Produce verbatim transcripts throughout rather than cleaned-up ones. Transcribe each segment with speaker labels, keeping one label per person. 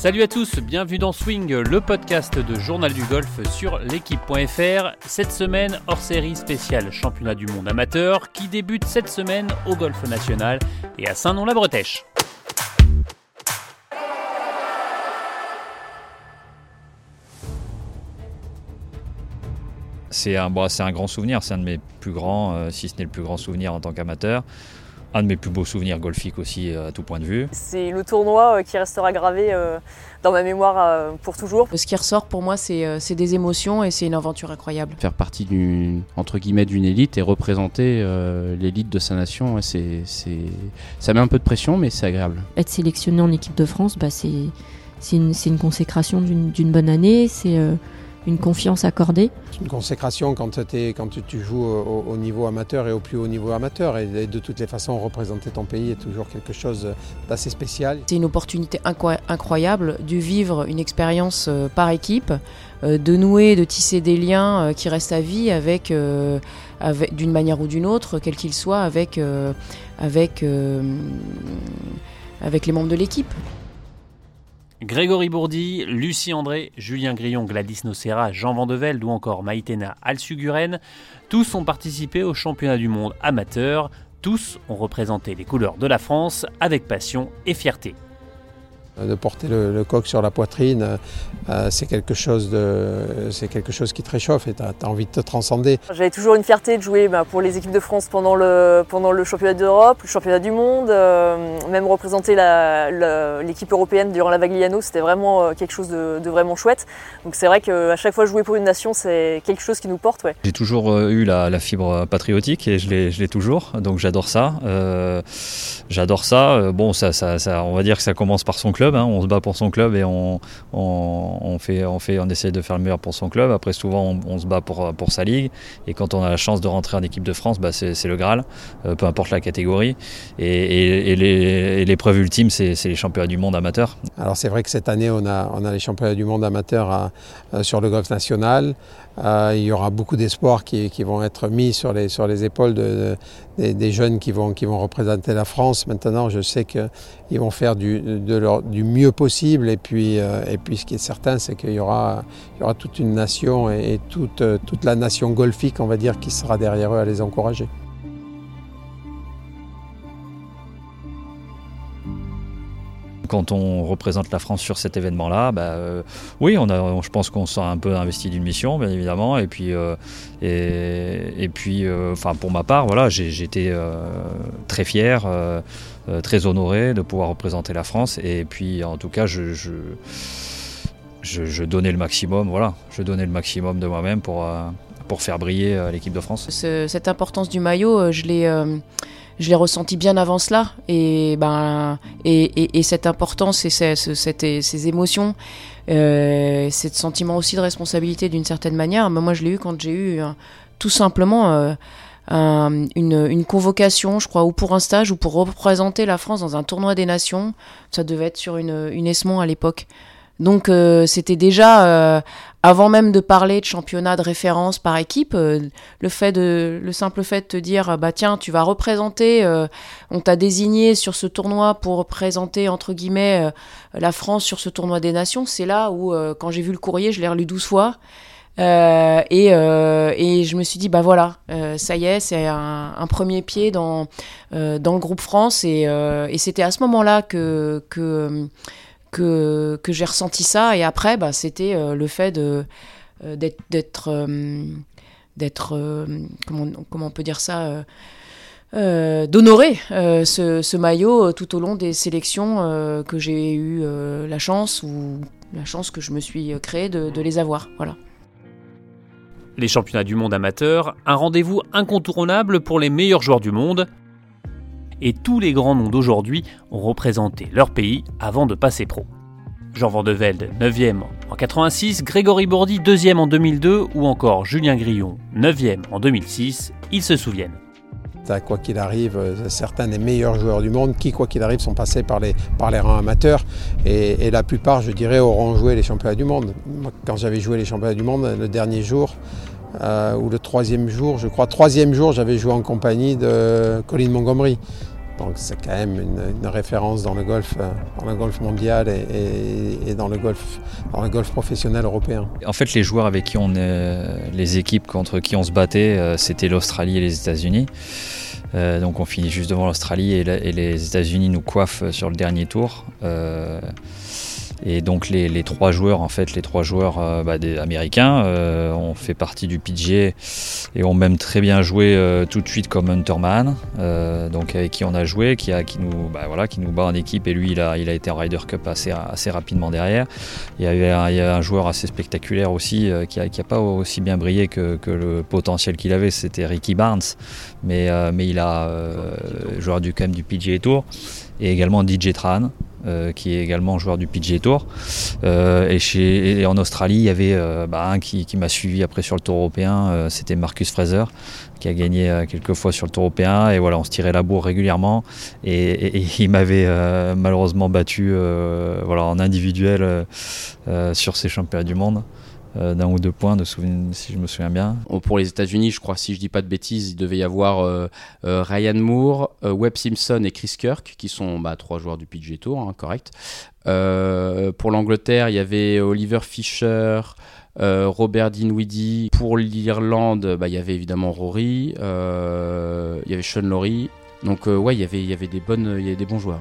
Speaker 1: Salut à tous, bienvenue dans Swing, le podcast de Journal du Golf sur l'équipe point F R. Cette semaine, hors-série spéciale championnat du monde amateur qui débute cette semaine au Golf National et à Saint-Nom-la-Bretèche.
Speaker 2: C'est un, bon, c'est un grand souvenir, c'est un de mes plus grands, euh, si ce n'est le plus grand souvenir en tant qu'amateur. Un de mes plus beaux souvenirs golfiques aussi à tout point de vue.
Speaker 3: C'est le tournoi qui restera gravé dans ma mémoire pour toujours.
Speaker 4: Ce qui ressort pour moi, c'est, c'est des émotions et c'est une aventure incroyable.
Speaker 5: Faire partie d'une, entre guillemets, d'une élite et représenter euh, l'élite de sa nation, c'est, c'est, ça met un peu de pression, mais c'est agréable.
Speaker 6: Être sélectionné en équipe de France, bah c'est, c'est, une, c'est une consécration d'une, d'une bonne année, c'est euh, une confiance accordée.
Speaker 7: C'est une consécration quand, quand tu joues au, au niveau amateur et au plus haut niveau amateur. Et de toutes les façons, représenter ton pays est toujours quelque chose d'assez spécial.
Speaker 4: C'est une opportunité incroyable de vivre une expérience par équipe, de nouer, de tisser des liens qui restent à vie avec, avec d'une manière ou d'une autre, quel qu'il soit, avec, avec, avec les membres de l'équipe.
Speaker 1: Grégory Bourdi, Lucie André, Julien Grillon, Gladys Nocera, Jean Van de Velde ou encore Maïtena Alsuguren, tous ont participé au championnat du monde amateur, tous ont représenté les couleurs de la France avec passion et fierté.
Speaker 7: De porter le, le coq sur la poitrine, euh, c'est, quelque chose de, c'est quelque chose qui te réchauffe et tu as envie de te transcender.
Speaker 3: J'avais toujours une fierté de jouer bah, pour les équipes de France pendant le, pendant le championnat d'Europe, le championnat du monde, euh, même représenter la, la, l'équipe européenne durant la Vagliano, c'était vraiment quelque chose de, de vraiment chouette. Donc c'est vrai qu'à chaque fois jouer pour une nation, c'est quelque chose qui nous porte. Ouais.
Speaker 2: J'ai toujours eu la, la fibre patriotique et je l'ai, je l'ai toujours, donc j'adore ça. Euh, j'adore ça. Bon, ça, ça, ça, on va dire que ça commence par son club. Hein, on se bat pour son club et on, on, on, fait, on, fait, on essaie de faire le meilleur pour son club. Après, souvent, on, on se bat pour, pour sa ligue. Et quand on a la chance de rentrer en équipe de France, bah, c'est, c'est le Graal, euh, peu importe la catégorie. Et, et, et, les, et l'épreuve ultime, c'est, c'est les championnats du monde amateurs.
Speaker 7: Alors, c'est vrai que cette année, on a, on a les championnats du monde amateurs à, à, sur le Golf National. Euh, il y aura beaucoup d'espoirs qui, qui vont être mis sur les, sur les épaules de, de, des, des jeunes qui vont, qui vont représenter la France. Maintenant, je sais qu'ils vont faire du, de leur, du mieux possible. Et puis, euh, et puis, ce qui est certain, c'est qu'il y aura, il y aura toute une nation et, et toute, toute la nation golfique, on va dire, qui sera derrière eux à les encourager.
Speaker 2: Quand on représente la France sur cet événement-là, bah, euh, oui, on a, je pense qu'on se sent un peu investi d'une mission, bien évidemment. Et puis, euh, et, et puis, euh, enfin, pour ma part, voilà, j'ai, j'étais euh, très fier, euh, euh, très honoré de pouvoir représenter la France. Et puis, en tout cas, je, je, je, je donnais le maximum, voilà, je donnais le maximum de moi-même pour, euh, pour faire briller euh, l'équipe de France.
Speaker 4: Ce, cette importance du maillot, je l'ai. Euh... Je l'ai ressenti bien avant cela et, ben, et, et, et cette importance et ces, cette, ces émotions, euh, ce sentiment aussi de responsabilité d'une certaine manière, ben moi je l'ai eu quand j'ai eu euh, tout simplement euh, un, une, une convocation, je crois, ou pour un stage ou pour représenter la France dans un tournoi des nations. Ça devait être sur une, une ESMON à l'époque. Donc euh, c'était déjà, euh, avant même de parler de championnat de référence par équipe, euh, le, fait de, le simple fait de te dire, bah tiens, tu vas représenter, euh, on t'a désigné sur ce tournoi pour représenter, entre guillemets, euh, la France sur ce tournoi des nations, c'est là où, euh, quand j'ai vu le courrier, je l'ai relu douze fois, euh, et, euh, et je me suis dit, bah voilà, euh, ça y est, c'est un, un premier pied dans, euh, dans le groupe France, et, euh, et c'était à ce moment-là que... que Que, que j'ai ressenti ça, et après bah, c'était euh, le fait de, euh, d'être, d'être, euh, d'être euh, comment, comment on peut dire ça, euh, euh, d'honorer euh, ce, ce maillot tout au long des sélections euh, que j'ai eu euh, la chance ou la chance que je me suis créée de, de les avoir. Voilà.
Speaker 1: Les championnats du monde amateur, un rendez-vous incontournable pour les meilleurs joueurs du monde. Et tous les grands noms d'aujourd'hui ont représenté leur pays avant de passer pro. Jean Van de Velde, neuvième en quatre-vingt-six, Grégory Bourdi, deuxième en deux mille deux, ou encore Julien Grillon, neuvième en deux mille six, ils se souviennent.
Speaker 7: Quoi qu'il arrive, certains des meilleurs joueurs du monde qui, quoi qu'il arrive, sont passés par les, par les rangs amateurs et, et la plupart, je dirais, auront joué les championnats du monde. Moi, quand j'avais joué les championnats du monde, le dernier jour, euh, ou le troisième jour, je crois, troisième jour, j'avais joué en compagnie de Colin Montgomery. Donc c'est quand même une, une référence dans le golf, euh, dans le golf mondial et, et, et dans, le golf, dans le golf professionnel européen.
Speaker 2: En fait, les joueurs avec qui on est, les équipes contre qui on se battait, euh, c'était l'Australie et les États-Unis. Euh, donc on finit juste devant l'Australie et, la, et les États-Unis nous coiffent sur le dernier tour. Euh, Et donc les, les trois joueurs, en fait, les trois joueurs euh, bah, des américains euh, ont fait partie du P G A et ont même très bien joué euh, tout de suite comme Hunterman, euh, donc avec qui on a joué, qui, a, qui, nous, bah, voilà, qui nous bat en équipe, et lui il a, il a été en Ryder Cup assez, assez rapidement derrière. Il y avait un, il y a un joueur assez spectaculaire aussi euh, qui n'a qui a pas aussi bien brillé que, que le potentiel qu'il avait, c'était Ricky Barnes, mais, euh, mais il a euh, joueur du, quand même du P G A Tour, et également D J Tran. Euh, qui est également joueur du P G A Tour. Euh, et, chez, et en Australie, il y avait euh, bah, un qui, qui m'a suivi après sur le Tour européen, euh, c'était Marcus Fraser, qui a gagné euh, quelques fois sur le Tour européen. Et voilà, on se tirait la bourre régulièrement. Et, et, et il m'avait euh, malheureusement battu euh, voilà, en individuel euh, euh, sur ces championnats du monde. Euh, d'un ou deux points de souvenir, si je me souviens bien.
Speaker 5: Pour les États-Unis, je crois, si je dis pas de bêtises, il devait y avoir euh, euh, Ryan Moore, euh, Webb Simpson et Chris Kirk, qui sont bah, trois joueurs du P G A Tour, hein, correct. Euh, pour l'Angleterre, il y avait Oliver Fisher, euh, Robert Dinwiddie. Pour l'Irlande, bah, il y avait évidemment Rory, euh, il y avait Sean Lowry. Donc euh, ouais, il y avait, il y avait des bonnes, il y avait des bons joueurs.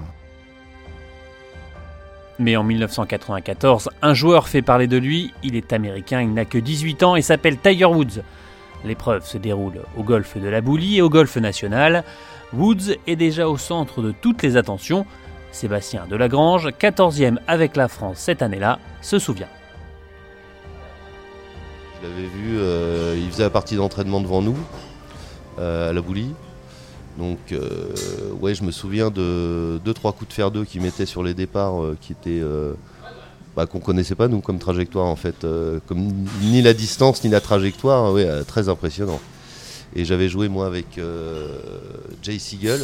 Speaker 1: Mais en dix-neuf cent quatre-vingt-quatorze, un joueur fait parler de lui. Il est américain, il n'a que dix-huit ans et s'appelle Tiger Woods. L'épreuve se déroule au golfe de la Boulie et au golfe national. Woods est déjà au centre de toutes les attentions. Sébastien Delagrange, quatorzième avec la France cette année-là, se souvient.
Speaker 8: Je l'avais vu, euh, il faisait la partie d'entraînement devant nous, euh, à la Boulie. Donc euh, ouais, je me souviens de deux trois coups de fer deux qu'il mettait sur les départs euh, qui étaient euh, bah, qu'on connaissait pas nous comme trajectoire en fait, euh, comme ni la distance ni la trajectoire, ouais, euh, très impressionnant. Et j'avais joué moi avec euh, Jay Sigel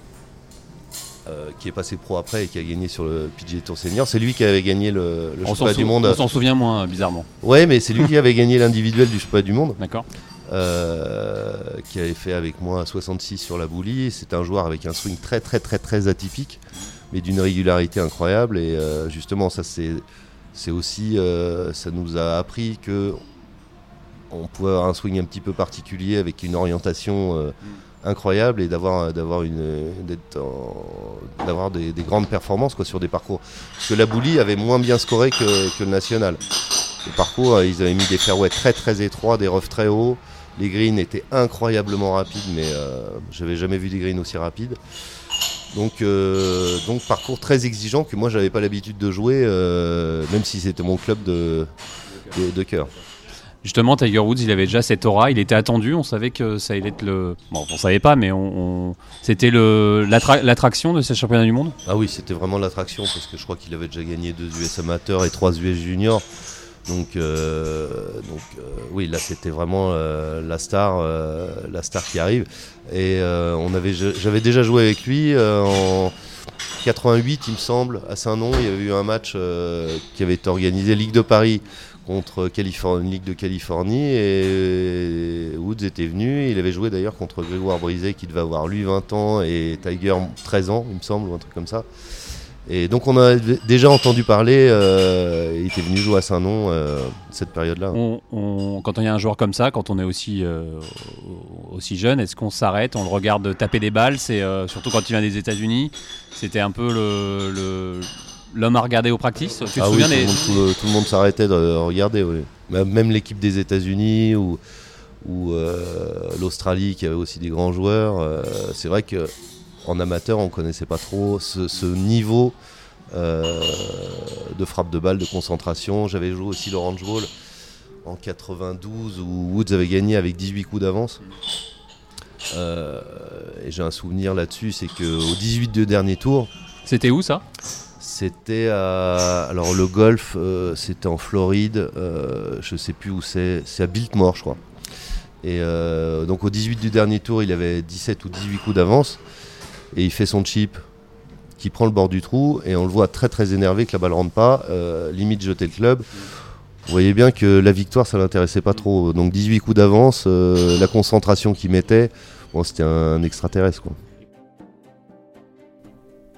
Speaker 8: euh, qui est passé pro après et qui a gagné sur le P G A Tour Senior. C'est lui qui avait gagné le, le championnat
Speaker 1: sou-
Speaker 8: du monde.
Speaker 1: On s'en souvient moins, bizarrement.
Speaker 8: Ouais, mais c'est lui qui avait gagné l'individuel du championnat du monde.
Speaker 1: D'accord.
Speaker 8: Euh, qui avait fait avec moi soixante-six sur la Boulie. C'est un joueur avec un swing très très très très atypique, mais d'une régularité incroyable. Et euh, justement, ça c'est, c'est aussi, euh, ça nous a appris que on pouvait avoir un swing un petit peu particulier avec une orientation euh, incroyable et d'avoir d'avoir une d'être en, d'avoir des, des grandes performances quoi sur des parcours. Parce que la Boulie avait moins bien scoré que, que le national. Le parcours, ils avaient mis des fairways très très étroits, des roughs très hauts. Les greens étaient incroyablement rapides, mais euh, j'avais jamais vu des greens aussi rapides. Donc, euh, donc parcours très exigeant que moi j'avais pas l'habitude de jouer, euh, même si c'était mon club de, de, de cœur.
Speaker 1: Justement, Tiger Woods, il avait déjà cette aura, il était attendu, on savait que ça allait être le... Bon, on savait pas, mais on, on... c'était le, l'attra... l'attraction de ces championnats du monde.
Speaker 8: Ah oui, c'était vraiment l'attraction, parce que je crois qu'il avait déjà gagné deux U S amateurs et trois U S juniors. Donc, euh, donc euh, oui, là c'était vraiment euh, la star, euh, la star qui arrive. Et euh, on avait, j'avais déjà joué avec lui euh, en quatre-vingt-huit, il me semble, à Saint-Nom. Il y avait eu un match euh, qui avait été organisé, Ligue de Paris contre Californie, Ligue de Californie, et Woods était venu. Il avait joué d'ailleurs contre Grégoire Brisé, qui devait avoir lui vingt ans et Tiger treize ans, il me semble, ou un truc comme ça. Et donc on a déjà entendu parler, euh, il était venu jouer à Saint-Nom euh, cette période-là.
Speaker 1: On, on, quand on y a un joueur comme ça, quand on est aussi, euh, aussi jeune, est-ce qu'on s'arrête, on le regarde taper des balles, c'est, euh, surtout quand il vient des États-Unis, c'était un peu le, le, l'homme à regarder aux practices. Tu te
Speaker 8: ah oui,
Speaker 1: souviens
Speaker 8: tout,
Speaker 1: des...
Speaker 8: le monde, tout, le, tout le monde s'arrêtait de regarder, oui. Même l'équipe des États-Unis ou, ou euh, l'Australie qui avait aussi des grands joueurs, euh, c'est vrai que en amateur, on ne connaissait pas trop ce, ce niveau euh, de frappe de balle, de concentration. J'avais joué aussi l'Orange Bowl en quatre-vingt-douze où Woods avait gagné avec dix-huit coups d'avance. Euh, et j'ai un souvenir là-dessus, c'est qu'au dix-huit de dernier tour...
Speaker 1: C'était où ça ?
Speaker 8: C'était à... Alors le golf, euh, c'était en Floride, euh, je ne sais plus où c'est, c'est à Biltmore je crois. Et euh, donc au dix-huit du dernier tour, il avait dix-sept ou dix-huit coups d'avance. Et il fait son chip qui prend le bord du trou et on le voit très très énervé que la balle rentre pas, euh, limite jeter le club. Vous voyez bien que la victoire ça l'intéressait pas trop. Donc dix-huit coups d'avance, euh, la concentration qu'il mettait, bon, c'était un extraterrestre quoi.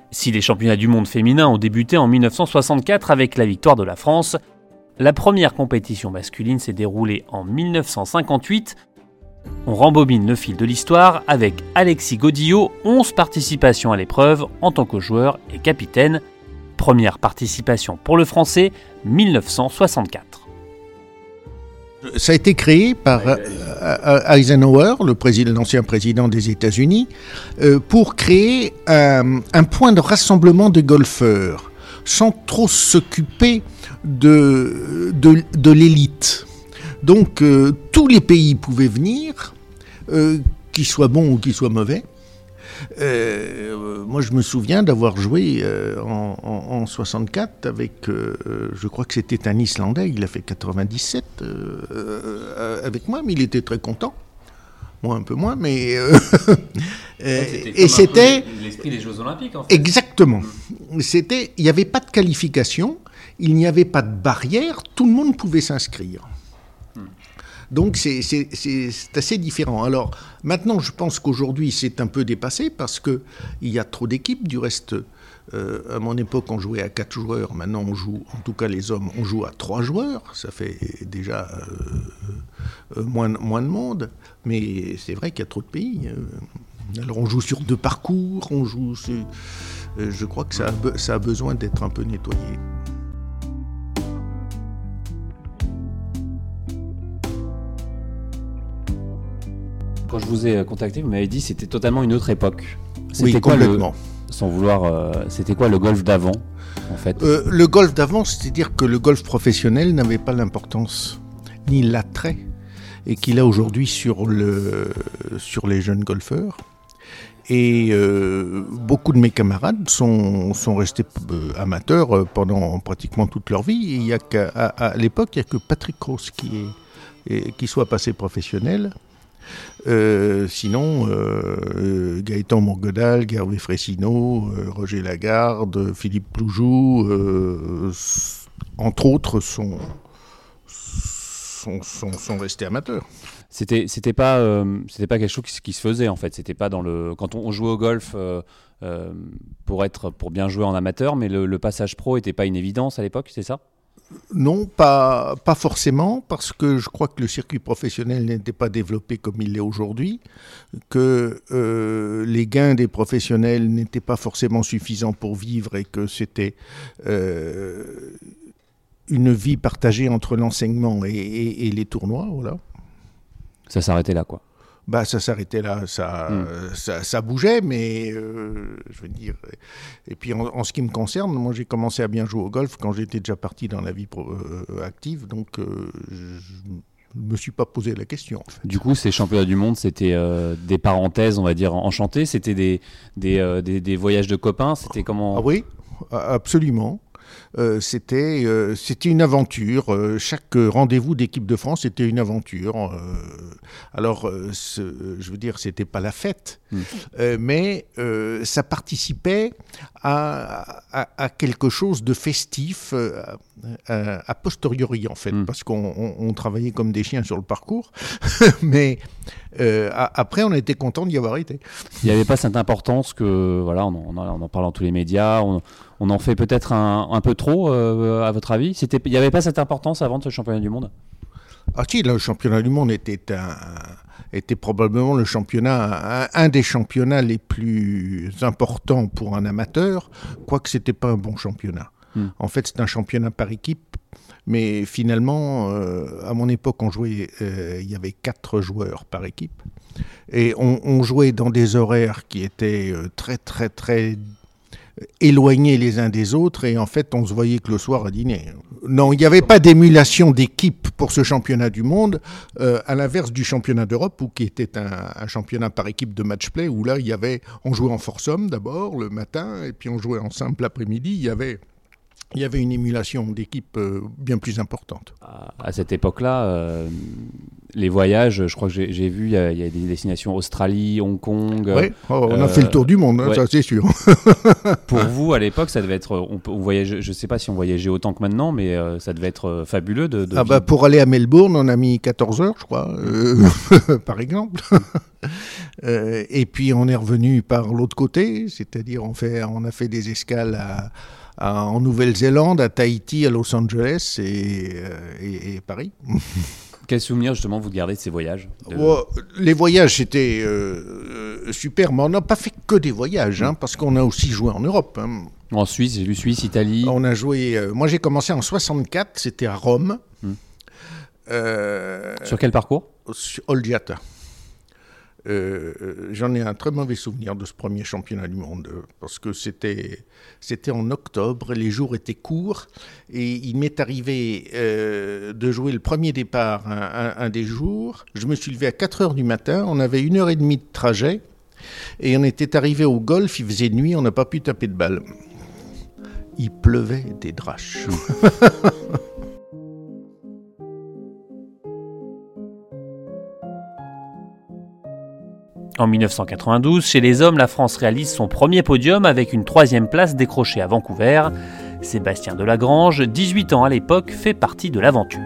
Speaker 1: Si les championnats du monde féminins ont débuté en mille neuf cent soixante-quatre avec la victoire de la France, la première compétition masculine s'est déroulée en mille neuf cent cinquante-huit. On rembobine le fil de l'histoire avec Alexis Godillot, onze participations à l'épreuve en tant que joueur et capitaine. Première participation pour le Français, mille neuf cent soixante-quatre.
Speaker 9: Ça a été créé par Eisenhower, le président, l'ancien président des États-Unis, euh, pour créer un, un point de rassemblement de golfeurs, sans trop s'occuper de, de, de l'élite. Donc euh, tous les pays pouvaient venir, euh, qu'ils soient bons ou qu'ils soient mauvais. Euh, moi, je me souviens d'avoir joué euh, en, en, en soixante-quatre avec, euh, je crois que c'était un Islandais, il a fait quatre-vingt-dix-sept euh, euh, avec moi, mais il était très content. Moi, un peu moins, mais... Euh,
Speaker 1: c'était
Speaker 9: et c'était...
Speaker 1: l'esprit des Jeux Olympiques, en fait.
Speaker 9: Exactement. C'était, il n'y avait pas de qualification, il n'y avait pas de barrière, tout le monde pouvait s'inscrire. Donc c'est, c'est, c'est, c'est assez différent. Alors maintenant, je pense qu'aujourd'hui, c'est un peu dépassé parce qu'il y a trop d'équipes. Du reste, euh, à mon époque, on jouait à quatre joueurs. Maintenant, on joue, en tout cas les hommes, on joue à trois joueurs. Ça fait déjà euh, euh, moins, moins de monde. Mais c'est vrai qu'il y a trop de pays. Alors on joue sur deux parcours, on joue... Sur, euh, je crois que ça a, ça a besoin d'être un peu nettoyé.
Speaker 1: Quand je vous ai contacté, vous m'avez dit que c'était totalement une autre époque. C'était
Speaker 9: Oui,
Speaker 1: quoi
Speaker 9: complètement.
Speaker 1: Le, sans vouloir, euh, c'était quoi le golf d'avant, en fait
Speaker 9: euh, Le golf d'avant, c'est-à-dire que le golf professionnel n'avait pas l'importance ni l'attrait et qu'il a aujourd'hui sur, le, sur les jeunes golfeurs. Et euh, beaucoup de mes camarades sont, sont restés euh, amateurs pendant pratiquement toute leur vie. Et il y a qu'à, à, à l'époque, il n'y a que Patrick Ross qui, est, et, qui soit passé professionnel. Euh, sinon, euh, Gaëtan Mourguedal, Gervais Fressino, euh, Roger Lagarde, Philippe Ploujoux, euh, entre autres, sont, sont, sont, sont restés amateurs.
Speaker 1: C'était, c'était pas, euh, c'était pas quelque chose qui, qui se faisait en fait. C'était pas dans le quand on, on jouait au golf euh, euh, pour être, pour bien jouer en amateur, mais le, le passage pro était pas une évidence à l'époque, c'est ça ?
Speaker 9: Non, pas, pas forcément, parce que je crois que le circuit professionnel n'était pas développé comme il l'est aujourd'hui, que euh, les gains des professionnels n'étaient pas forcément suffisants pour vivre et que c'était euh, une vie partagée entre l'enseignement et, et, et les tournois, voilà.
Speaker 1: Ça s'arrêtait là, quoi.
Speaker 9: Bah, ça s'arrêtait là, ça,
Speaker 1: mmh.
Speaker 9: ça, ça bougeait, mais euh, je veux dire. Et puis en, en ce qui me concerne, moi j'ai commencé à bien jouer au golf quand j'étais déjà parti dans la vie pro, euh, active, donc euh, je ne me suis pas posé la question. En fait.
Speaker 1: Du coup, ces championnats du monde, c'était euh, des parenthèses, on va dire, enchantées, c'était des, des, euh, des, des voyages de copains, c'était comment ?
Speaker 9: Ah oui, absolument. Euh, c'était, euh, c'était une aventure. Euh, chaque rendez-vous d'équipe de France était une aventure. Euh, alors, euh, ce, je veux dire, c'était pas la fête, mmh. euh, mais euh, ça participait à, à, à quelque chose de festif euh, à, à posteriori, en fait, mmh. parce qu'on on, on travaillait comme des chiens sur le parcours, mais euh, à, après, on était content d'y avoir été.
Speaker 1: Il n'y avait pas cette importance que, voilà, on en, on en parle dans tous les médias, on, on en fait peut-être un, un peu trop, euh, à votre avis ? C'était, il n'y avait pas cette importance avant de ce championnat du monde ?
Speaker 9: Ah si, le championnat du monde était, un, était probablement le championnat, un, un des championnats les plus importants pour un amateur, quoique ce n'était pas un bon championnat. Hmm. En fait, c'est un championnat par équipe, mais finalement, euh, à mon époque, on jouait, euh, il y avait quatre joueurs par équipe, et on, on jouait dans des horaires qui étaient très, très, très éloignés les uns des autres, et en fait on se voyait que le soir à dîner. Non, il n'y avait pas d'émulation d'équipe pour ce championnat du monde, euh, à l'inverse du championnat d'Europe, où qui était un, un championnat par équipe de match-play, où là il y avait, on jouait en foursome d'abord le matin, et puis on jouait en simple l'après-midi. Il y avait il y avait une émulation d'équipe euh, bien plus importante.
Speaker 1: À, à cette époque-là, euh, les voyages, je crois que j'ai, j'ai vu, il y, a, il y a des destinations Australie, Hong Kong.
Speaker 9: Oui, oh, on
Speaker 1: euh,
Speaker 9: a fait le tour du monde, hein,
Speaker 1: ouais.
Speaker 9: ça c'est sûr.
Speaker 1: Pour vous, à l'époque, ça devait être, on, on voyage, je ne sais pas si on voyageait autant que maintenant, mais euh, ça devait être fabuleux de... de
Speaker 9: ah bah, pour aller à Melbourne, on a mis quatorze heures, je crois, euh, par exemple. euh, et puis on est revenu par l'autre côté, c'est-à-dire on, fait, on a fait des escales à... en Nouvelle-Zélande, à Tahiti, à Los Angeles et, euh, et, et Paris.
Speaker 1: Quel souvenir justement vous gardez de ces voyages de...
Speaker 9: oh, Les voyages c'était euh, super, mais on n'a pas fait que des voyages, hein, parce qu'on a aussi joué en Europe. Hein.
Speaker 1: En Suisse, j'ai vu Suisse, Italie.
Speaker 9: On a joué. Euh, moi j'ai commencé en soixante-quatre, c'était à Rome.
Speaker 1: Hum.
Speaker 9: Euh,
Speaker 1: Sur quel parcours ?
Speaker 9: Sur Olgiata. Euh, j'en ai un très mauvais souvenir de ce premier championnat du monde parce que c'était, c'était en octobre, les jours étaient courts et il m'est arrivé euh, de jouer le premier départ un, un, un des jours. Je me suis levé à quatre heures du matin, on avait une heure et demie de trajet et on était arrivé au golf, il faisait nuit, on n'a pas pu taper de balle. Il pleuvait des draches.
Speaker 1: En dix-neuf cent quatre-vingt-douze, chez les hommes, la France réalise son premier podium avec une troisième place décrochée à Vancouver. Sébastien Delagrange, dix-huit ans à l'époque, fait partie de l'aventure.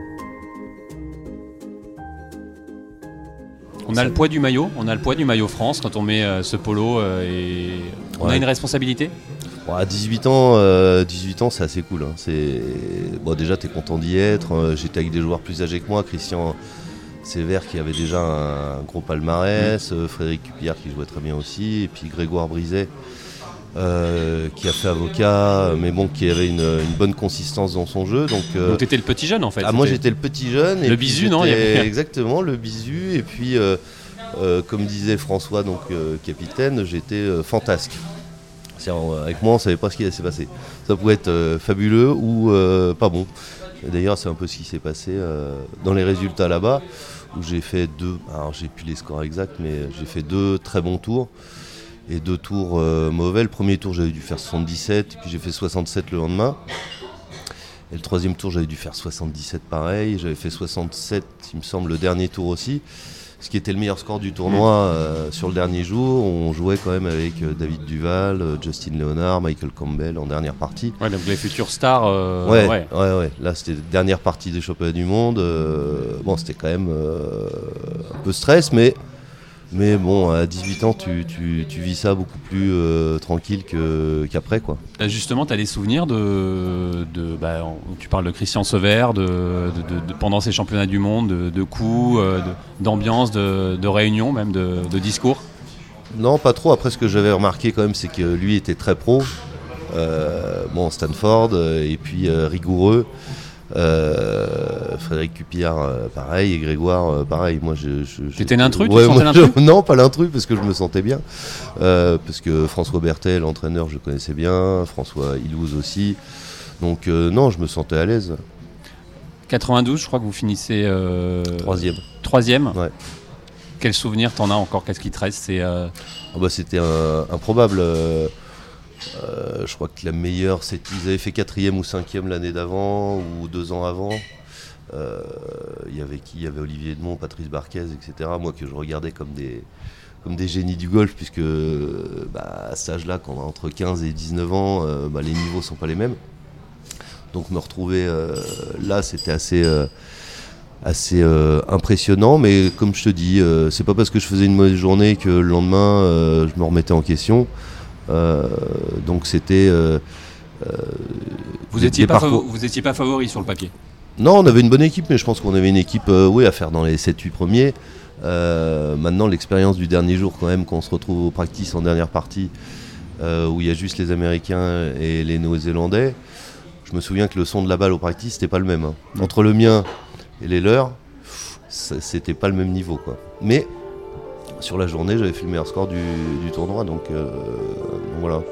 Speaker 1: On a le poids du maillot, on a le poids du maillot France quand on met euh, ce polo euh, et on
Speaker 8: ouais.
Speaker 1: a une responsabilité.
Speaker 8: Bon, à dix-huit ans, euh, dix-huit ans, c'est assez cool. Hein. C'est... Bon, déjà, tu es content d'y être. J'étais avec des joueurs plus âgés que moi, Christian Sévère qui avait déjà un gros palmarès, mmh. Frédéric Cupillard qui jouait très bien aussi, et puis Grégoire Brizet euh, qui a fait avocat, mais bon, qui avait une, une bonne consistance dans son jeu. Donc, euh...
Speaker 1: donc t'étais le petit jeune en fait.
Speaker 8: Ah, moi j'étais le petit jeune.
Speaker 1: Le
Speaker 8: et
Speaker 1: bisu, non il y avait...
Speaker 8: Exactement, le bisu. Et puis, euh, euh, comme disait François, donc euh, capitaine, j'étais euh, fantasque. C'est-à-dire, avec moi, on ne savait pas ce qui allait se passer. Ça pouvait être euh, fabuleux ou euh, pas bon. Et d'ailleurs, c'est un peu ce qui s'est passé euh, dans les résultats là-bas, où j'ai fait deux, alors j'ai plus les scores exacts, mais j'ai fait deux très bons tours et deux tours euh, mauvais. Le premier tour, j'avais dû faire soixante-dix-sept, et puis j'ai fait soixante-sept le lendemain. Et le troisième tour, j'avais dû faire soixante-dix-sept pareil. J'avais fait soixante-sept, il me semble, le dernier tour aussi. Ce qui était le meilleur score du tournoi euh, sur le dernier jour. On jouait quand même avec euh, David Duval, euh, Justin Leonard, Michael Campbell en dernière partie.
Speaker 1: Ouais, donc les futurs stars. Euh,
Speaker 8: ouais,
Speaker 1: ouais,
Speaker 8: ouais, ouais. Là, c'était la dernière partie des championnats du monde. Euh, bon, c'était quand même euh, un peu stress, mais, mais bon, à dix-huit ans, tu, tu, tu vis ça beaucoup plus euh, tranquille que, qu'après, quoi.
Speaker 1: Là, justement, tu as des souvenirs de. de bah, tu parles de Christian Sévère, de, de, de, de, pendant ces championnats du monde, de, de coups, de, d'ambiance, de, de réunions, même de, de discours?
Speaker 8: Non, pas trop. Après, ce que j'avais remarqué quand même, c'est que lui était très pro. Euh, bon, Stanford, et puis euh, rigoureux. Euh, Frédéric Cupillard, euh, pareil, et Grégoire, euh, pareil. Moi, je, je, je
Speaker 1: T'étais l'intrus,
Speaker 8: ouais,
Speaker 1: tu te sentais
Speaker 8: moi,
Speaker 1: l'intrus
Speaker 8: je, Non, pas l'intrus, parce que je me sentais bien. Euh, parce que François Berthet, l'entraîneur, je connaissais bien. François Ilouz aussi. Donc, euh, non, je me sentais à l'aise.
Speaker 1: quatre-vingt-douze, je crois que vous finissez. Euh...
Speaker 8: Troisième.
Speaker 1: Troisième.
Speaker 8: Ouais.
Speaker 1: Quel souvenir t'en as encore? Qu'est-ce qui te reste? C'est, euh...
Speaker 8: oh bah, c'était un, improbable. Euh, Euh, je crois que la meilleure, c'est qu'ils avaient fait quatrième ou cinquième l'année d'avant ou deux ans avant. Il euh, y avait qui? Il y avait Olivier Edmond, Patrice Barquez, et cetera. Moi que je regardais comme des, comme des génies du golf, puisque bah, à cet âge-là, quand on a entre quinze et dix-neuf ans, euh, bah, les niveaux ne sont pas les mêmes. Donc me retrouver euh, là, c'était assez, euh, assez euh, impressionnant. Mais comme je te dis, euh, c'est pas parce que je faisais une mauvaise journée que le lendemain, euh, je me remettais en question. Euh, donc c'était euh, euh,
Speaker 1: vous n'étiez pas, fav- vous étiez pas favori sur le papier?
Speaker 8: Non, on avait une bonne équipe, mais je pense qu'on avait une équipe euh, oui, à faire dans les sept huit premiers. Euh, maintenant, l'expérience du dernier jour, quand même, quand on se retrouve au practice en dernière partie, euh, où il y a juste les Américains et les Néo-Zélandais, je me souviens que le son de la balle au practice, c'était pas le même. Hein. Mmh. Entre le mien et les leurs, c'était pas le même niveau, quoi. Mais sur la journée, j'avais fait le meilleur score du, du tournoi, donc, euh, donc voilà.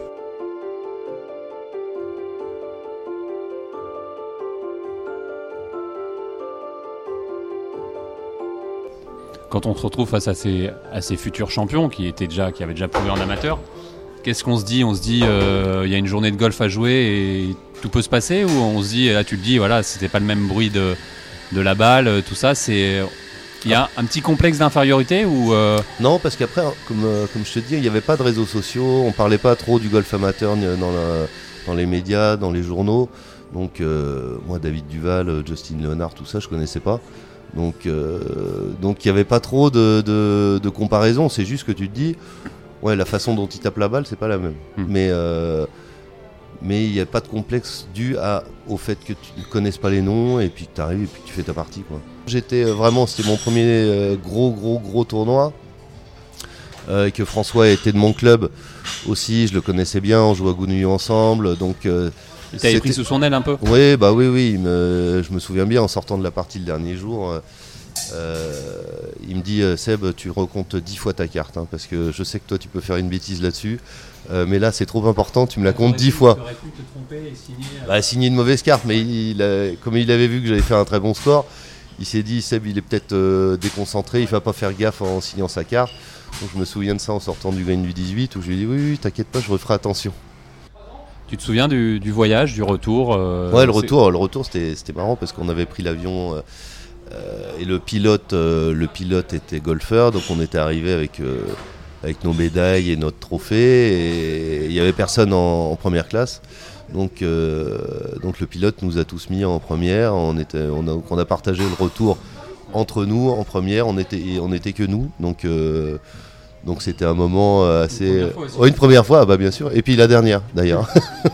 Speaker 1: Quand on se retrouve face à ces, à ces futurs champions qui, étaient déjà, qui avaient déjà prouvé en amateur, Qu'est-ce qu'on se dit? On se dit, il euh, y a une journée de golf à jouer et tout peut se passer? Ou on se dit, là tu le dis, voilà, c'était pas le même bruit de, de la balle, tout ça, c'est... Il y a un petit complexe d'infériorité ou euh...
Speaker 8: Non, parce qu'après, comme, euh, comme je te dis, il n'y avait pas de réseaux sociaux, on parlait pas trop du golf amateur dans, la, dans les médias, dans les journaux. Donc euh, moi, David Duval, Justin Leonard, tout ça, je connaissais pas. Donc euh, donc il n'y avait pas trop de, de, de comparaison. C'est juste que tu te dis, ouais, la façon dont il tape la balle, c'est pas la même. Mmh. Mais euh, mais il n'y a pas de complexe dû à, au fait que tu ne connaisses pas les noms et puis que tu arrives et puis que tu fais ta partie, quoi. J'étais euh, vraiment, c'était mon premier euh, gros gros gros tournoi euh, et que François était de mon club aussi, je le connaissais bien, on jouait à Gounouillou ensemble, donc euh,
Speaker 1: il t'avait pris sous son aile un peu?
Speaker 8: Oui, bah oui, oui, il me, je me souviens bien en sortant de la partie le dernier jour, euh, il me dit, Seb, tu recomptes dix fois ta carte, hein, parce que je sais que toi tu peux faire une bêtise là-dessus. Euh, mais là c'est trop important, tu me la comptes dix fois. Tu aurais pu te tromper et signer, euh... bah, signer une mauvaise carte, mais il, il a, comme il avait vu que j'avais fait un très bon score, il s'est dit, Seb il est peut-être euh, déconcentré, il va pas faire gaffe en signant sa carte. Donc je me souviens de ça en sortant du gagne du dix-huit où je lui ai dit oui, oui t'inquiète pas, je referai attention.
Speaker 1: Tu te souviens du, du voyage, du retour euh,
Speaker 8: Ouais, le retour, le retour c'était, c'était marrant parce qu'on avait pris l'avion euh, euh, et le pilote, euh, le pilote était golfeur, donc on était arrivé avec... Euh, avec nos médailles et notre trophée, et il n'y avait personne en, en première classe, donc, euh, donc le pilote nous a tous mis en première, on, était, on, a, on a partagé le retour entre nous en première, on était, on était que nous, donc, euh, donc c'était un moment assez... Une première fois, oh, une première fois, bah bien sûr, et puis la dernière d'ailleurs.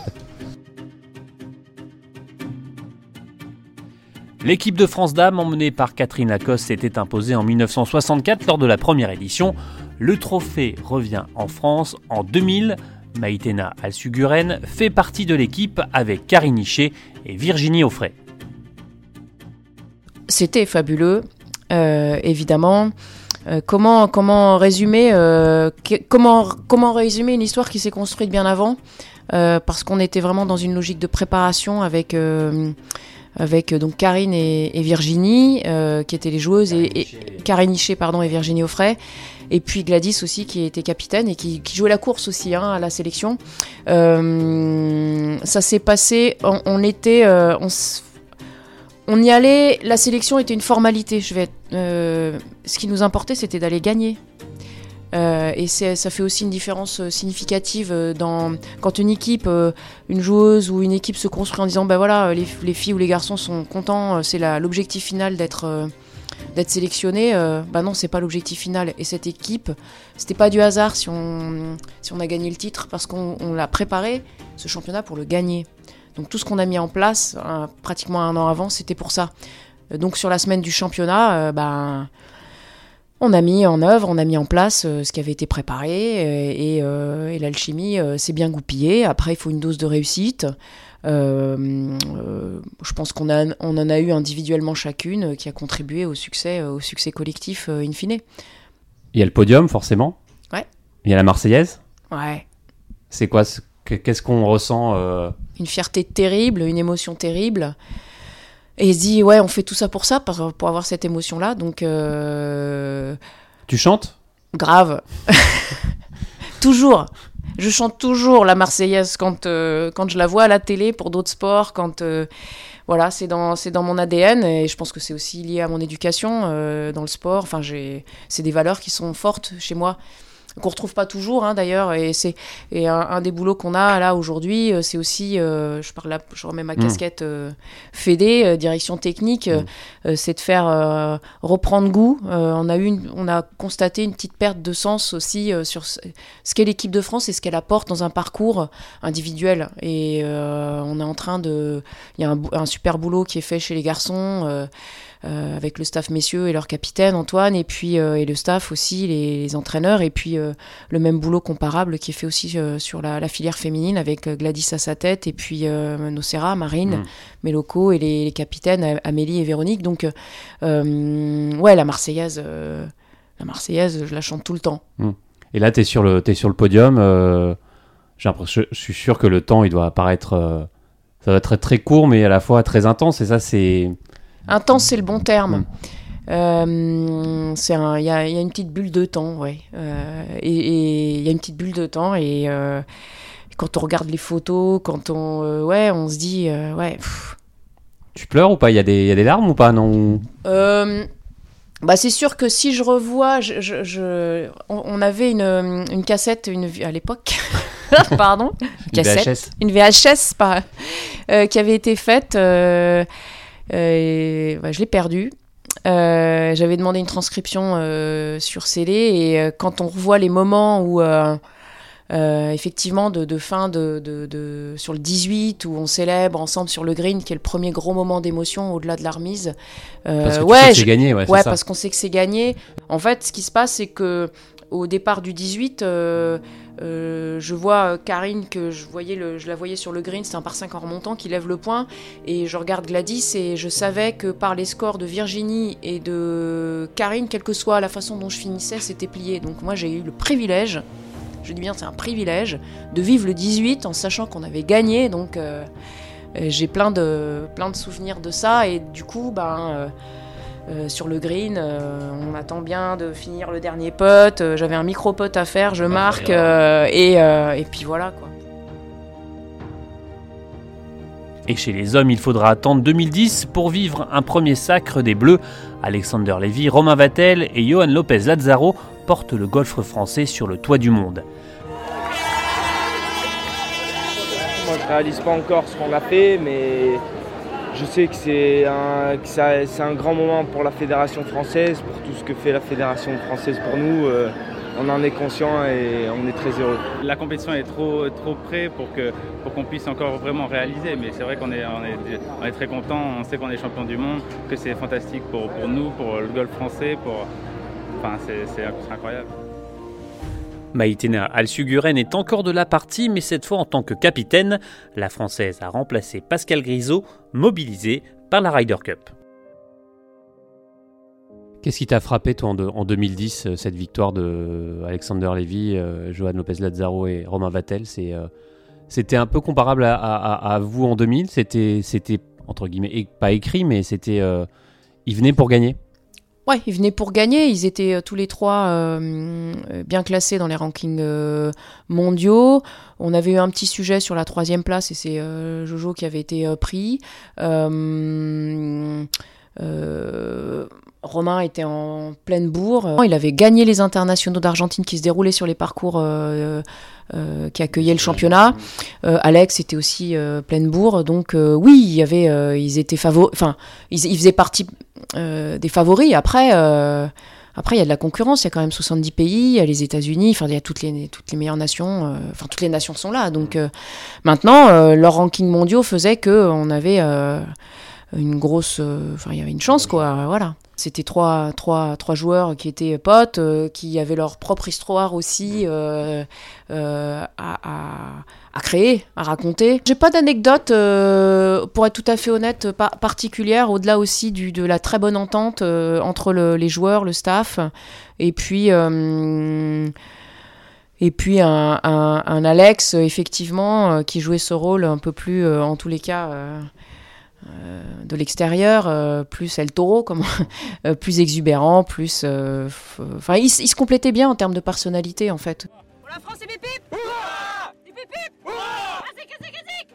Speaker 1: L'équipe de France Dames, emmenée par Catherine Lacoste, s'était imposée en mille neuf cent soixante-quatre lors de la première édition. Le trophée revient en France en deux mille. Maïtena Alsuguren fait partie de l'équipe avec Karine Hichet et Virginie Aufray.
Speaker 4: C'était fabuleux, euh, évidemment. Euh, comment, comment, résumer, euh, que, comment, comment résumer une histoire qui s'est construite bien avant euh, parce qu'on était vraiment dans une logique de préparation avec... Euh, avec donc Karine et, et Virginie euh, qui étaient les joueuses et, et Karine Hichet pardon et Virginie Aufray, et puis Gladys aussi qui était capitaine et qui, qui jouait la course aussi hein, à la sélection. Euh, ça s'est passé, on, on était, euh, on, on y allait, la sélection était une formalité. Je vais, euh, ce qui nous importait, c'était d'aller gagner. Euh, et c'est, ça fait aussi une différence euh, significative euh, dans, quand une équipe, euh, une joueuse ou une équipe se construit en disant ben voilà, les, les filles ou les garçons sont contents, euh, c'est la, l'objectif final d'être, euh, d'être sélectionné. Euh, ben non, c'est pas l'objectif final. Et cette équipe, c'était pas du hasard si on, si on a gagné le titre, parce qu'on on l'a préparé, ce championnat, pour le gagner. Donc tout ce qu'on a mis en place euh, pratiquement un an avant, c'était pour ça. Euh, donc sur la semaine du championnat, euh, ben. On a mis en œuvre, on a mis en place euh, ce qui avait été préparé euh, et, euh, et l'alchimie euh, s'est bien goupillée. Après, il faut une dose de réussite. Euh, euh, je pense qu'on a, on en a eu individuellement chacune euh, qui a contribué au succès, euh, au succès collectif euh, in fine.
Speaker 1: Il y a le podium, forcément.
Speaker 4: Ouais.
Speaker 1: Il y a la Marseillaise.
Speaker 4: Ouais.
Speaker 1: C'est quoi, qu'est-ce qu'on ressent euh...
Speaker 4: Une fierté terrible, une émotion terrible. Et il se dit, ouais, on fait tout ça pour ça, pour avoir cette émotion-là, donc... Euh...
Speaker 1: Tu chantes ?
Speaker 4: Grave. Toujours. Je chante toujours la Marseillaise quand, euh, quand je la vois à la télé pour d'autres sports, quand... Euh, voilà, c'est dans, c'est dans mon A D N, et je pense que c'est aussi lié à mon éducation euh, dans le sport. Enfin, j'ai, c'est des valeurs qui sont fortes chez moi, qu'on retrouve pas toujours hein, d'ailleurs, et c'est et un, un des boulots qu'on a là aujourd'hui, euh, c'est aussi euh, je parle là, je remets ma mmh. casquette euh, fédé, euh, direction technique, mmh. euh, c'est de faire euh, reprendre goût. Euh, on a eu une, on a constaté une petite perte de sens aussi euh, sur ce, ce qu'est l'équipe de France et ce qu'elle apporte dans un parcours individuel, et euh, on est en train de, il y a un, un super boulot qui est fait chez les garçons. Euh, Euh, avec le staff messieurs et leur capitaine Antoine, et puis euh, et le staff aussi, les, les entraîneurs, et puis euh, le même boulot comparable qui est fait aussi euh, sur la, la filière féminine avec Gladys à sa tête, et puis euh, Nocera, Marine, mmh. mes locaux, et les, les capitaines Amélie et Véronique. Donc euh, ouais, la Marseillaise, euh, la Marseillaise, je la chante tout le temps.
Speaker 1: Mmh. Et là, t'es sur le t'es sur le podium. Euh, j'ai l'impression, je suis sûr que le temps, il doit apparaître, euh, ça va être très, très court, mais à la fois très intense. Et ça, c'est
Speaker 4: intense, c'est le bon terme. Mmh. Euh, c'est un, il y a, y a une petite bulle de temps, ouais. Euh, et il y a une petite bulle de temps et euh, quand on regarde les photos, quand on, euh, ouais, on se dit, euh, ouais. Pff.
Speaker 1: Tu pleures ou pas ? Il y a des, il y a des larmes ou pas ? Non.
Speaker 4: Euh, bah c'est sûr que si je revois, je, je, je on, on avait une, une cassette, une à l'époque. Pardon,
Speaker 1: Une
Speaker 4: cassette,
Speaker 1: V H S.
Speaker 4: une V H S, pas, euh, qui avait été faite. Euh, euh, bah, je l'ai perdue. Euh, j'avais demandé une transcription euh, sur C D et euh, quand on revoit les moments où euh, euh, effectivement de, de fin de, de, de sur le dix-huit où on célèbre ensemble sur le green qui est le premier gros moment d'émotion au-delà de la remise. Euh,
Speaker 1: Parce que tu
Speaker 4: ouais,
Speaker 1: sais que
Speaker 4: je-
Speaker 1: c'est gagné, ouais, c'est
Speaker 4: ouais
Speaker 1: ça.
Speaker 4: parce qu'on sait que c'est gagné. En fait, ce qui se passe, c'est que au départ du dix-huit, euh, euh, je vois euh, Karine que je voyais, le, je la voyais sur le green, c'est un par cinq en remontant qui lève le point, et je regarde Gladys et je savais que par les scores de Virginie et de Karine, quelle que soit la façon dont je finissais, c'était plié. Donc moi j'ai eu le privilège, je dis bien c'est un privilège, de vivre le dix-huit en sachant qu'on avait gagné. Donc euh, euh, j'ai plein de plein de souvenirs de ça et du coup ben euh, Euh, sur le green, euh, on attend bien de finir le dernier putt. Euh, j'avais un micro putt à faire, je marque euh, et, euh, et puis voilà quoi.
Speaker 1: Et chez les hommes, il faudra attendre deux mille dix pour vivre un premier sacre des Bleus. Alexander Lévy, Romain Vattel et Johan Lopez Lazzaro portent le golf français sur le toit du monde.
Speaker 10: Moi, je réalise pas encore ce qu'on a fait, mais je sais que c'est un, que ça, c'est un grand moment pour la fédération française, pour tout ce que fait la fédération française pour nous. Euh, on en est conscient et on est très heureux.
Speaker 11: La compétition est trop, trop près pour, que, pour qu'on puisse encore vraiment réaliser, mais c'est vrai qu'on est, on est, on est très content, on sait qu'on est champion du monde, que c'est fantastique pour, pour nous, pour le golf français, pour... enfin, c'est, c'est, c'est incroyable.
Speaker 1: Maïtena Alsuguren est encore de la partie, mais cette fois en tant que capitaine. La Française a remplacé Pascal Grisot, mobilisé par la Ryder Cup. Qu'est-ce qui t'a frappé, toi, en, de, en deux mille dix, cette victoire de Alexander Lévy, euh, Johan Lopez Lazzaro et Romain Vattel c'est, euh, C'était un peu comparable à, à, à vous en deux mille. C'était, c'était entre guillemets, pas écrit, mais c'était, euh, ils venaient pour gagner.
Speaker 4: Ouais, ils venaient pour gagner. Ils étaient euh, tous les trois euh, bien classés dans les rankings euh, mondiaux. On avait eu un petit sujet sur la troisième place et c'est euh, Jojo qui avait été euh, pris. Euh, euh, Romain était en pleine bourre. Il avait gagné les internationaux d'Argentine qui se déroulaient sur les parcours euh, euh, qui accueillaient le championnat. Euh, Alex était aussi euh, pleine bourre. Donc euh, oui, il y avait, euh, ils étaient favoris. Enfin, ils, ils faisaient partie euh, des favoris. Après, euh, après il y a de la concurrence. Il y a quand même soixante-dix pays. Il y a les États-Unis. Enfin, il y a toutes les toutes les meilleures nations. Euh, enfin, toutes les nations sont là. Donc euh, maintenant, euh, leurs rankings mondiaux faisaient que on avait euh, une grosse. Enfin, euh, il y avait une chance, quoi. Voilà. C'était trois, trois, trois joueurs qui étaient potes, euh, qui avaient leur propre histoire aussi euh, euh, à, à, à créer, à raconter. J'ai pas d'anecdote, euh, pour être tout à fait honnête, pa- particulière, au-delà aussi du, de la très bonne entente euh, entre le, les joueurs, le staff, et puis... Euh, Et puis un, un, un Alex, effectivement, euh, qui jouait ce rôle un peu plus, euh, en tous les cas... Euh, Euh, de l'extérieur, euh, plus El Toro, comme, euh, plus exubérant, plus... Enfin, euh, il, il se complétait bien en termes de personnalité, en fait.
Speaker 12: Pour la France, c'est pip pip. Pip pip pip. Cassique, cassique, cassique.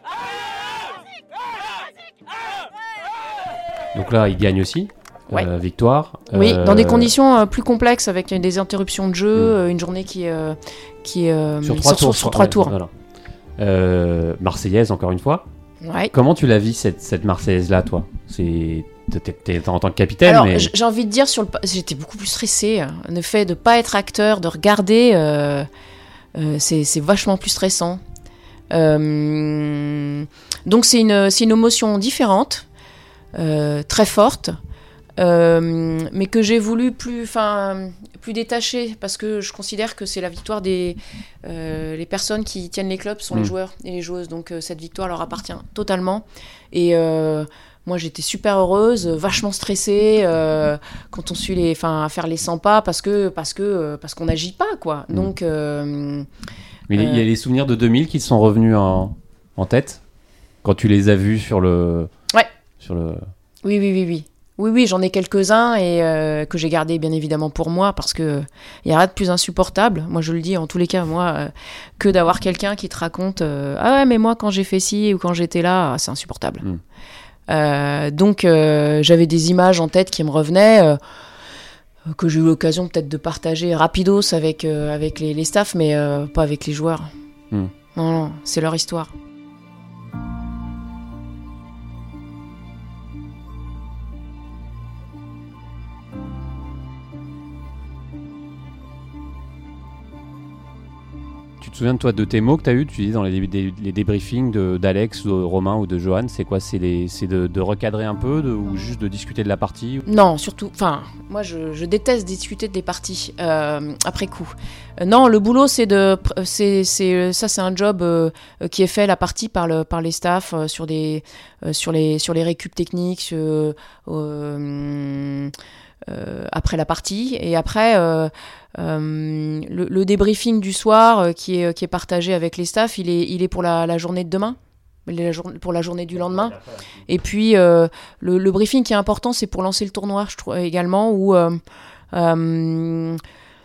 Speaker 1: Donc là, il gagne aussi.
Speaker 4: Ouais.
Speaker 1: Euh, victoire.
Speaker 4: Oui,
Speaker 1: euh...
Speaker 4: dans des conditions euh, plus complexes, avec des interruptions de jeu, mmh. une journée qui, euh, qui est... Euh,
Speaker 1: sur trois
Speaker 4: sur,
Speaker 1: tours.
Speaker 4: Sur, sur trois
Speaker 1: ouais,
Speaker 4: tours.
Speaker 1: Voilà. Euh, Marseillaise, encore une fois.
Speaker 4: Ouais.
Speaker 1: Comment tu la vis, cette, cette Marseillaise-là, toi ? C'est... T'es, t'es en tant que capitaine,
Speaker 4: Alors,
Speaker 1: mais...
Speaker 4: j'ai envie de dire, sur le... j'étais beaucoup plus stressée. Hein. Le fait de ne pas être acteur, de regarder, euh, euh, c'est, c'est vachement plus stressant. Euh, donc, c'est une, c'est une émotion différente, euh, très forte, euh, mais que j'ai voulu plus, plus détacher, parce que je considère que c'est la victoire des... Euh, les personnes qui tiennent les clubs sont mmh. les joueurs et les joueuses, donc euh, cette victoire leur appartient totalement. Et... Euh, moi, j'étais super heureuse, vachement stressée euh, quand on suit les, enfin, à faire les cent pas parce que parce que parce qu'on n'agit pas, quoi.
Speaker 1: Mmh.
Speaker 4: Donc, euh,
Speaker 1: mais il euh... y a les souvenirs de deux mille qui te sont revenus en, en tête quand tu les as vus sur le.
Speaker 4: Ouais.
Speaker 1: Sur le.
Speaker 4: Oui, oui, oui, oui. Oui, oui, j'en ai quelques-uns et euh, que j'ai gardés bien évidemment pour moi parce que il y a rien de plus insupportable. Moi, je le dis en tous les cas, moi, euh, que d'avoir quelqu'un qui te raconte euh, ah ouais, mais moi quand j'ai fait ci ou quand j'étais là, c'est insupportable. Mm. Euh, donc, euh, j'avais des images en tête qui me revenaient. Euh, que j'ai eu l'occasion peut-être de partager rapidos avec, euh, avec les, les staffs, mais euh, pas avec les joueurs. Mm. Non, non, c'est leur histoire.
Speaker 1: Tu te souviens de toi de tes mots que tu as eu, tu dis dans les, dé- les débriefings de, d'Alex, de Romain ou de Johan, c'est quoi? C'est, les, c'est de, de recadrer un peu de, ou juste de discuter de la partie?
Speaker 4: Non, surtout, enfin, moi je, je déteste discuter des parties euh, après coup. Euh, non, le boulot c'est de, c'est, c'est, ça c'est un job euh, qui est fait la partie par, le, par les staffs euh, sur, des, euh, sur, les, sur les récup techniques, sur, euh, euh, euh, après la partie. Et après, euh, euh, le, le débriefing du soir euh, qui, est, qui est partagé avec les staffs, il est, il est pour la, la journée de demain, la jour, pour la journée du lendemain. Et puis, euh, le, le briefing qui est important, c'est pour lancer le tournoi, je trouve, également, où, euh, euh,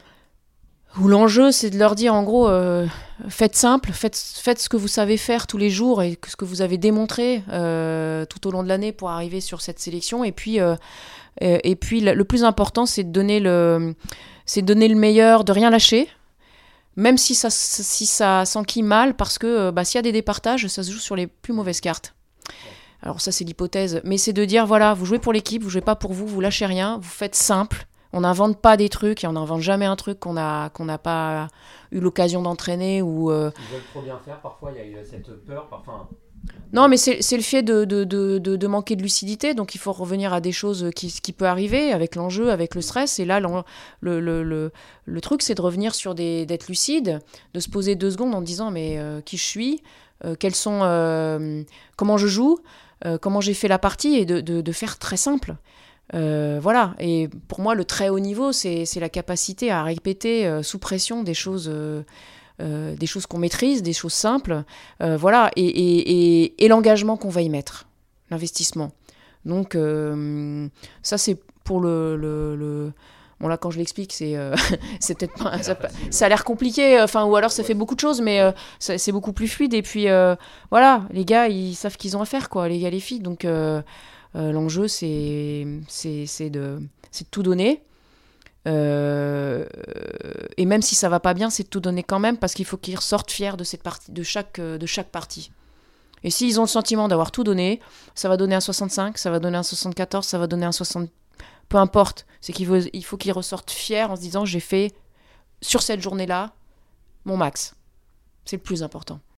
Speaker 4: où l'enjeu, c'est de leur dire, en gros, euh, faites simple, faites, faites ce que vous savez faire tous les jours et ce que vous avez démontré euh, tout au long de l'année pour arriver sur cette sélection. Et puis... Euh, Et puis le plus important, c'est de donner le, c'est de donner le meilleur, de rien lâcher, même si ça, si ça s'enquille mal, parce que bah, s'il y a des départages, ça se joue sur les plus mauvaises cartes. Alors ça, c'est l'hypothèse, mais c'est de dire, voilà, vous jouez pour l'équipe, vous jouez pas pour vous, vous lâchez rien, vous faites simple, on n'invente pas des trucs, et on n'invente jamais un truc qu'on a, qu'on n'a pas eu l'occasion d'entraîner. Ou, euh...
Speaker 1: Ils veulent trop bien faire, parfois il y a cette peur, parfois...
Speaker 4: Non, mais c'est, c'est le fait de, de, de, de, de manquer de lucidité, donc il faut revenir à des choses qui, qui peut arriver avec l'enjeu, avec le stress, et là, le, le, le, le truc, c'est de revenir sur des, d'être lucide, de se poser deux secondes en disant, mais euh, qui je suis, euh, quels sont, euh, comment je joue, euh, comment j'ai fait la partie, et de, de, de faire très simple. Euh, voilà, et pour moi, le très haut niveau, c'est, c'est la capacité à répéter euh, sous pression des choses... Euh, Euh, des choses qu'on maîtrise, des choses simples, euh, voilà, et, et, et, et l'engagement qu'on va y mettre, l'investissement. Donc, euh, ça, c'est pour le... le, le... Bon, là, quand je l'explique, c'est, euh, c'est peut-être pas... Ça, ça a l'air compliqué, enfin, ou alors ça fait beaucoup de choses, mais euh, ça, c'est beaucoup plus fluide. Et puis, euh, voilà, les gars, ils savent ce qu'ils ont à faire, quoi, les gars, les filles. Donc, euh, euh, l'enjeu, c'est, c'est, c'est, de, c'est de tout donner. Euh, et même si ça va pas bien, c'est de tout donner quand même, parce qu'il faut qu'ils ressortent fiers de cette partie, de chaque, de chaque partie. Et s'ils ont le sentiment d'avoir tout donné, ça va donner un soixante-cinq, ça va donner un soixante-quatorze, ça va donner un soixante, peu importe. C'est qu'il faut, il faut qu'ils ressortent fiers en se disant, j'ai fait sur cette journée-là mon max. C'est le plus important.